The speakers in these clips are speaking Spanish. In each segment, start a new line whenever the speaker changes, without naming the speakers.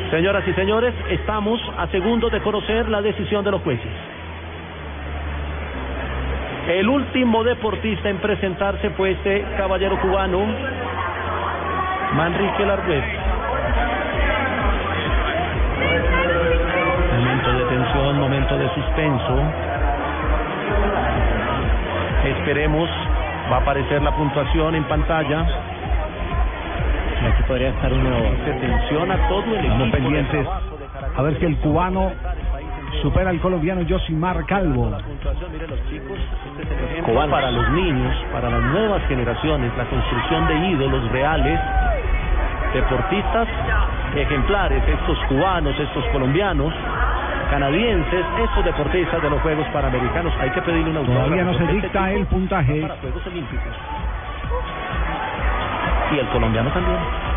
Señoras y señores, estamos a segundos de conocer la decisión de los jueces. El último deportista en presentarse fue este caballero cubano, Manrique Larguez. Momento de tensión, momento de suspenso. Esperemos, va a aparecer la puntuación en pantalla.
Aquí podría estar uno.
Se tensiona todo el equipo.
Estamos pendientes a ver si el cubano supera al colombiano Yosimar Calvo.
Cubano. Para los niños, para las nuevas generaciones, la construcción de ídolos reales, deportistas ejemplares, estos cubanos, estos colombianos, canadienses, estos deportistas de los Juegos Panamericanos. Hay que pedirle una autógrafa.
Todavía no se dicta el puntaje.
Para Juegos Olímpicos. Y el colombiano también.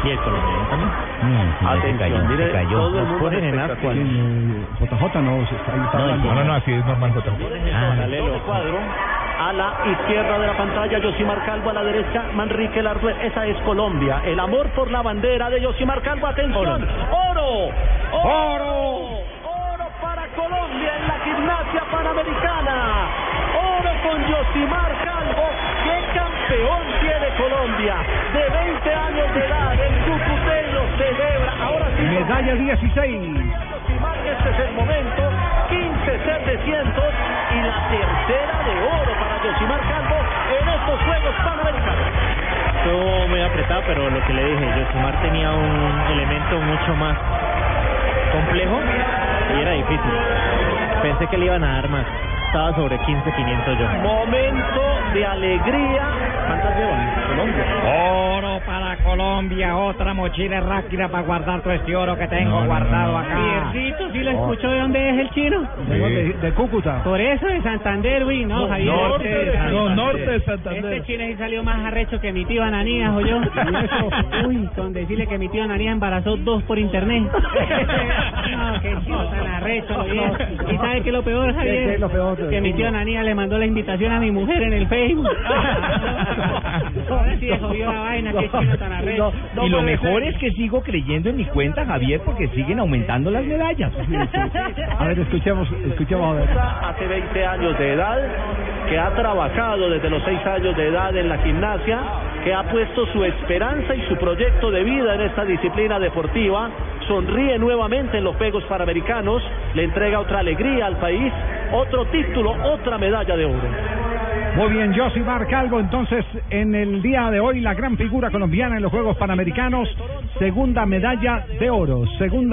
Atención, mire, todo el mundo en ascuas.
JJ no,
No, así es normal, JJ.
Todo cuadro. A la izquierda de la pantalla, Yosimar Calvo, a la derecha, Manrique Larguez. Esa es Colombia. El amor por la bandera de Yosimar Calvo. Atención. ¡Oro! ¡Oro para Colombia en la gimnasia panamericana! ¡Oro con Yosimar Calvo! ¡Qué campeón tiene Colombia! De 20 años de edad, el cucuteño celebra. Ahora sí.
Medalla 16.
Yosimar, este es el momento. 15.700 y la tercera de oro para Yosimar Calvo en estos Juegos Panamericanos.
Estuvo muy apretado, pero lo que le dije, Yosimar tenía un elemento mucho más complejo y era difícil. Pensé que le iban a dar más. Estaba sobre 15.500 yo.
Momento de alegría. ¿Cuántas llevan? Colombia.
Oro para Colombia, otra mochila rápida para guardar todo este oro que tengo guardado acá.
Pierrito, ¿sí lo escuchó de dónde es el chino?
De Cúcuta.
Por eso de Santander, güey, no, Javier.
Norte de Santander.
Este chino sí salió más arrecho que mi tío Ananías, ¿o yo? Uy, con decirle que mi tío Ananías embarazó 2 por internet. No, qué chino tan arrecho, oye. ¿Y sabe qué es lo peor, Javier?
¿Qué es lo peor?
Que mi tío Ananías le mandó la invitación a mi mujer en el Facebook. Ahora sí jodió la vaina, qué chino tan arrecho.
Y lo mejor es que sigo creyendo en mi cuenta, Javier, porque siguen aumentando las medallas.
A ver, escuchemos a ver.
Hace 20 años de edad, que ha trabajado desde los 6 años de edad en la gimnasia, que ha puesto su esperanza y su proyecto de vida en esta disciplina deportiva, sonríe nuevamente en los Juegos Panamericanos, le entrega otra alegría al país, otro título, otra medalla de oro.
Muy bien, Yosimar Calvo, entonces en el día de hoy la gran figura colombiana en los Juegos Panamericanos, segunda medalla de oro.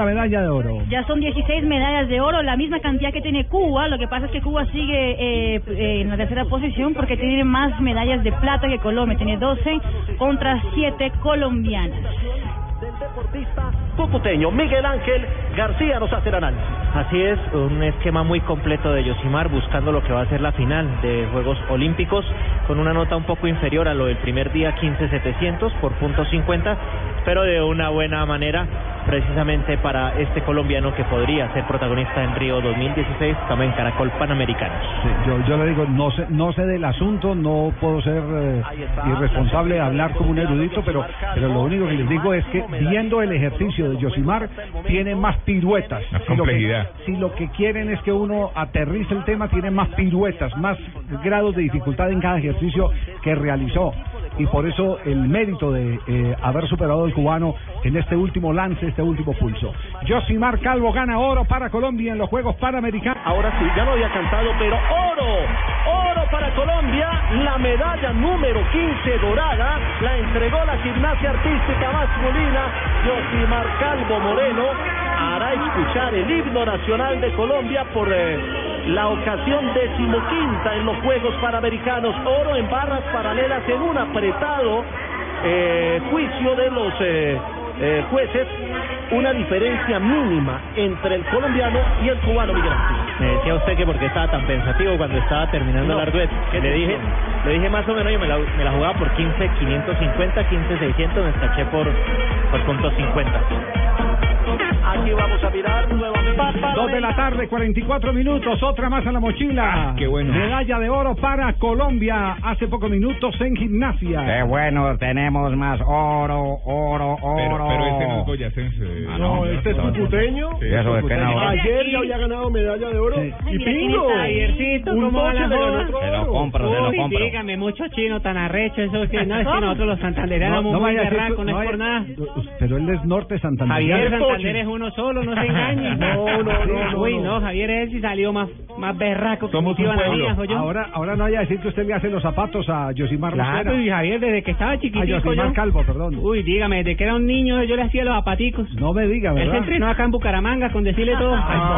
Ya son 16 medallas de oro, la misma cantidad que tiene Cuba. Lo que pasa es que Cuba sigue en la tercera posición porque tiene más medallas de plata que Colombia, tiene 12 contra 7 colombianas.
Del deportista cucuteño Miguel Ángel García nos hace el análisis.
Así es, un esquema muy completo de Yosimar buscando lo que va a ser la final de Juegos Olímpicos con una nota un poco inferior a lo del primer día, 15.700 por .50, pero de una buena manera precisamente para este colombiano que podría ser protagonista en Río 2016, también Caracol Panamericanos.
Sí, yo le digo, no sé del asunto, no puedo ser irresponsable de hablar como un erudito, pero lo único que les digo es que viendo el ejercicio de Yosimar, tiene más piruetas.
Más complejidad.
Si lo que quieren es que uno aterrice el tema, tiene más piruetas, más grados de dificultad en cada ejercicio que realizó. Y por eso el mérito de haber superado al cubano en este último lance, este último pulso. Yosimar Calvo gana oro para Colombia en los Juegos Panamericanos.
Ahora sí, ya lo había cantado, pero oro para Colombia, la medalla número 15 dorada, la entregó la gimnasia artística masculina. Yosimar Calvo Moreno hará escuchar el himno nacional de Colombia por la ocasión 15ª en los Juegos Panamericanos. Oro en barras paralelas en un apretado juicio de los jueces, una diferencia mínima entre el colombiano y el cubano, Miguel Ángel.
Me decía usted que porque estaba tan pensativo cuando estaba terminando el Larguez, que le dije más o menos, yo me la jugaba por 15.550, 15.600, me escaché por .50.
Aquí vamos a mirar nuevamente.
2 de la tarde, 44 minutos, otra más en la mochila.
Qué bueno.
Medalla de oro para Colombia hace pocos minutos en gimnasia.
Qué bueno, tenemos más oro.
Pero ese no es boyacense.
No, este es cucuteño.
Sí,
eso de pena ahora.
Ayer ya había ganado medalla de oro.
Sí.
Y Pingo.
Javiercito,
Un
¿cómo va
toche
la
le ganó
joda?
otro
Se lo
oro.
compro, se lo
Uy,
compro.
dígame, mucho chino tan arrecho, eso es que no es que nosotros los santandereanos
No
muy
vaya a decir
berracos, no es
vaya-
por nada.
Pero él es norte Santander.
Javier
Toche.
Santander es uno solo, no se engañe.
No.
Uy, no, Javier es y salió más berraco que
Somos
mi tío
un pueblo.
Ananías, ¿oyó?
Ahora no vaya a decir que usted le hace los zapatos a Yosimar
Claro,
Mosquera.
y Javier desde que estaba
A
chiquitico
Yosimar
yo.
Calvo, perdón.
Uy, dígame, desde que era un niño yo le hacía los zapaticos.
No me diga,
Él se
¿verdad?
entrenó acá en Bucaramanga con decirle todo.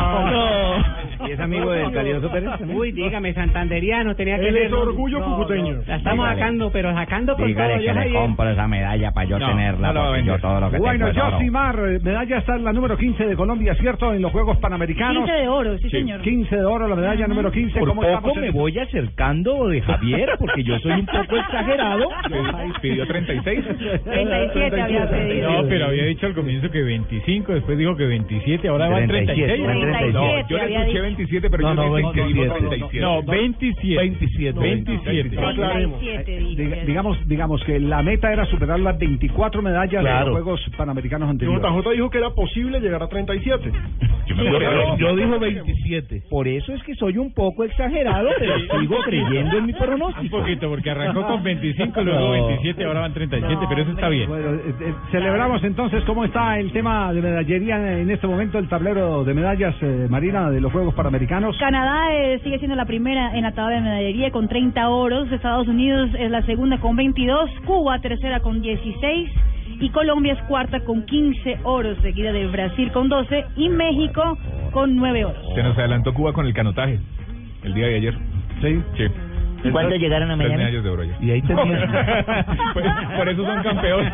¿Y es amigo del Calidoso Pérez?
Uy, dígame, santanderiano, tenía que
Él es
ser.
orgullo cucuteño.
La estamos
Dígale.
sacando, pero sacando con todo.
Dígale
Yo,
que le
Javier.
compro esa medalla para yo
No,
tenerla,
no la va a
porque yo
vender.
todo lo que
Bueno,
tengo es oro.
Yosimar, medalla está en la número 15 de Colombia, ¿cierto? En los Juegos Panamericanos.
15 de oro, sí, señor.
15 de oro, la medalla número 15.
Por
¿Cómo
poco
estamos en-
me voy acercando de Javier, porque yo soy un poco exagerado.
Pidió 36.
37 había pedido.
No, pero había dicho al comienzo que 25, después dijo que 27, ahora va en 36.
37
No, yo le
había
escuché
dicho.
27, pero
No,
yo
no,
le dije que dijo
27.
37.
No, 27. 27.
Aclaremos.
37 dije.
Digamos que la meta era superar las 24 medallas de
Claro.
los Juegos Panamericanos
Y
anteriores.
JJ dijo que era posible llegar a 37.
Yo digo 27. Por eso es que soy un poco exagerado, pero sigo creyendo en mi pronóstico. Un poquito, porque arrancó con 25, luego 27, ahora van 37, pero eso está bien.
Bueno, celebramos entonces cómo está el tema de medallería en este momento, el tablero de medallas, Marina, de los Juegos Panamericanos.
Canadá sigue siendo la primera en la tabla de medallería con 30 oros, Estados Unidos es la segunda con 22, Cuba tercera con 16 y Colombia es cuarta con 15 oros, seguida de Brasil con 12 y México con 9 oros.
Se nos adelantó Cuba con el canotaje el día de ayer.
Sí.
Sí.
¿Y cuántos llegaron a
3
mañana?
medallas de oro ya.
Y ahí tenía.
por eso son campeones.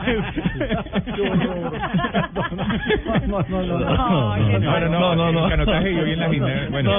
No. El canotaje y hoy en la gimnasia. Bueno.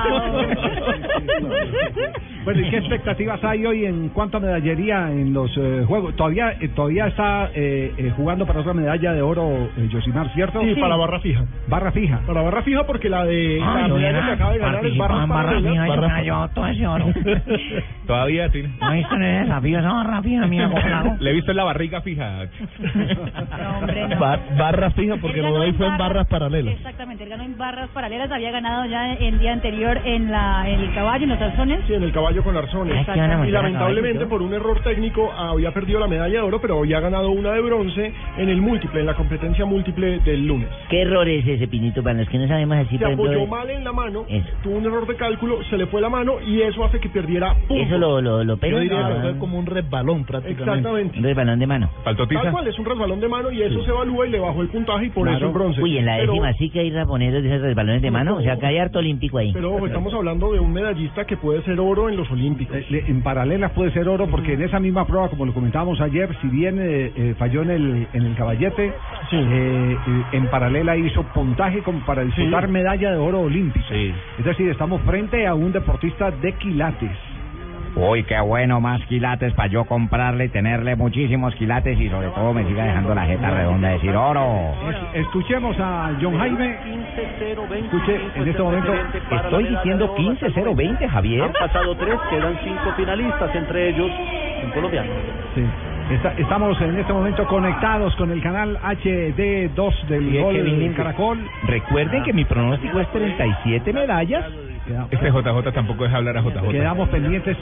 Bueno, ¿y qué expectativas hay hoy en cuanto a medallería en los Juegos? Todavía está jugando para otra medalla de oro, Yosimar, ¿cierto?
Sí, para barra fija.
Barra fija.
Para barra fija porque la de la medalla que acaba de ganar es barra paralela.
Yo todo ese oro.
Todavía tiene.
No he visto en el desafío esa barra fija, mía, ¿cómo la hago?
Le he visto en la barriga fija.
No, hombre, no.
Barra fija, porque
Él
lo de
ganó
hoy
en
fue en barras paralelas.
Exactamente, él ganó en barras paralelas, había ganado ya el día anterior en el caballo, en los alzones.
Sí, en el caballo con arzones.
Ay, qué van a
Y
montar a
lamentablemente
caballo,
por un error técnico había perdido la medalla de oro, pero había ganado una de bronce en el múltiple, en la competencia múltiple del lunes.
¿Qué error es ese, Pinito, para los que no sabemos así,
Se
por ejemplo?
apoyó mal en la mano,
Eso.
tuvo un error de cálculo, se le fue la mano y eso hace que perdiera puntos.
Eso lo
Yo
pega.
diría que fue como un resbalón prácticamente.
Exactamente.
Un resbalón de mano.
Faltó
Tal
tiza.
cual, es un resbalón de mano y eso se evalúa y le bajó el puntaje y por
Claro.
eso el bronce.
Uy, en la
Pero-
décima sí que hay raponeros de esos resbalones de mano, o sea, que hay harto olímpico ahí.
Pero ojo, estamos hablando de un medallista que puede ser oro en los Olímpicos.
En paralelas puede ser oro porque en esa misma prueba, como lo comentábamos ayer, si bien falló en el caballete,
Sí.
en paralela hizo puntaje como para disputar
Sí.
medalla de oro olímpica.
Sí.
Es decir, estamos frente a un deportista de quilates.
Uy, qué bueno, más quilates para yo comprarle y tenerle muchísimos quilates y sobre todo me siga dejando la jeta redonda de decir oro.
Escuchemos a John Jaime. Escuche, en este momento
Estoy diciendo 15-0-20, Javier.
Han pasado 3, quedan 5 finalistas, entre ellos un colombiano.
sí, estamos en este momento conectados con el canal HD2 del
Sí,
Gol
Kevin Linde.
Caracol.
Recuerden que mi pronóstico es 37 medallas.
Este JJ tampoco deja hablar a JJ.
Quedamos pendientes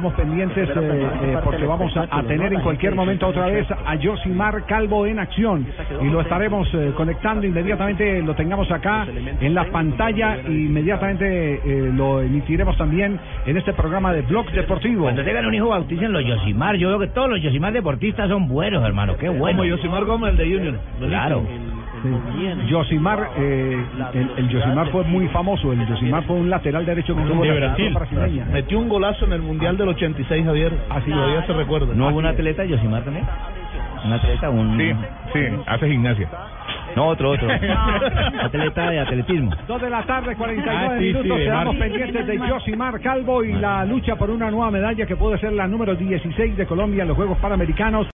porque vamos a tener en cualquier momento otra vez a Yosimar Calvo en acción y lo estaremos conectando inmediatamente, lo tengamos acá en la pantalla e inmediatamente lo emitiremos también en este programa de Blog Deportivo.
Cuando tengan un hijo, bauticen los Yosimar. Yo veo que todos los Yosimar deportistas son buenos, hermano. Qué bueno.
Como Yosimar Gómez, el de Junior.
Claro.
Sí. Yosimar, el Yosimar fue muy famoso, el Yosimar fue un lateral derecho que tuvo
De
la
Brasil.
selección brasileña.
Metió un golazo en el Mundial del 86, Javier. Así todavía se recuerda.
¿No hubo un atleta Yosimar también? ¿Un atleta?
Sí, hace gimnasia.
No, otro. Atleta de atletismo.
2 de la tarde, 49
sí,
minutos.
de
Quedamos
Mar-
pendientes de Yosimar Calvo y la lucha por una nueva medalla que puede ser la número 16 de Colombia en los Juegos Panamericanos.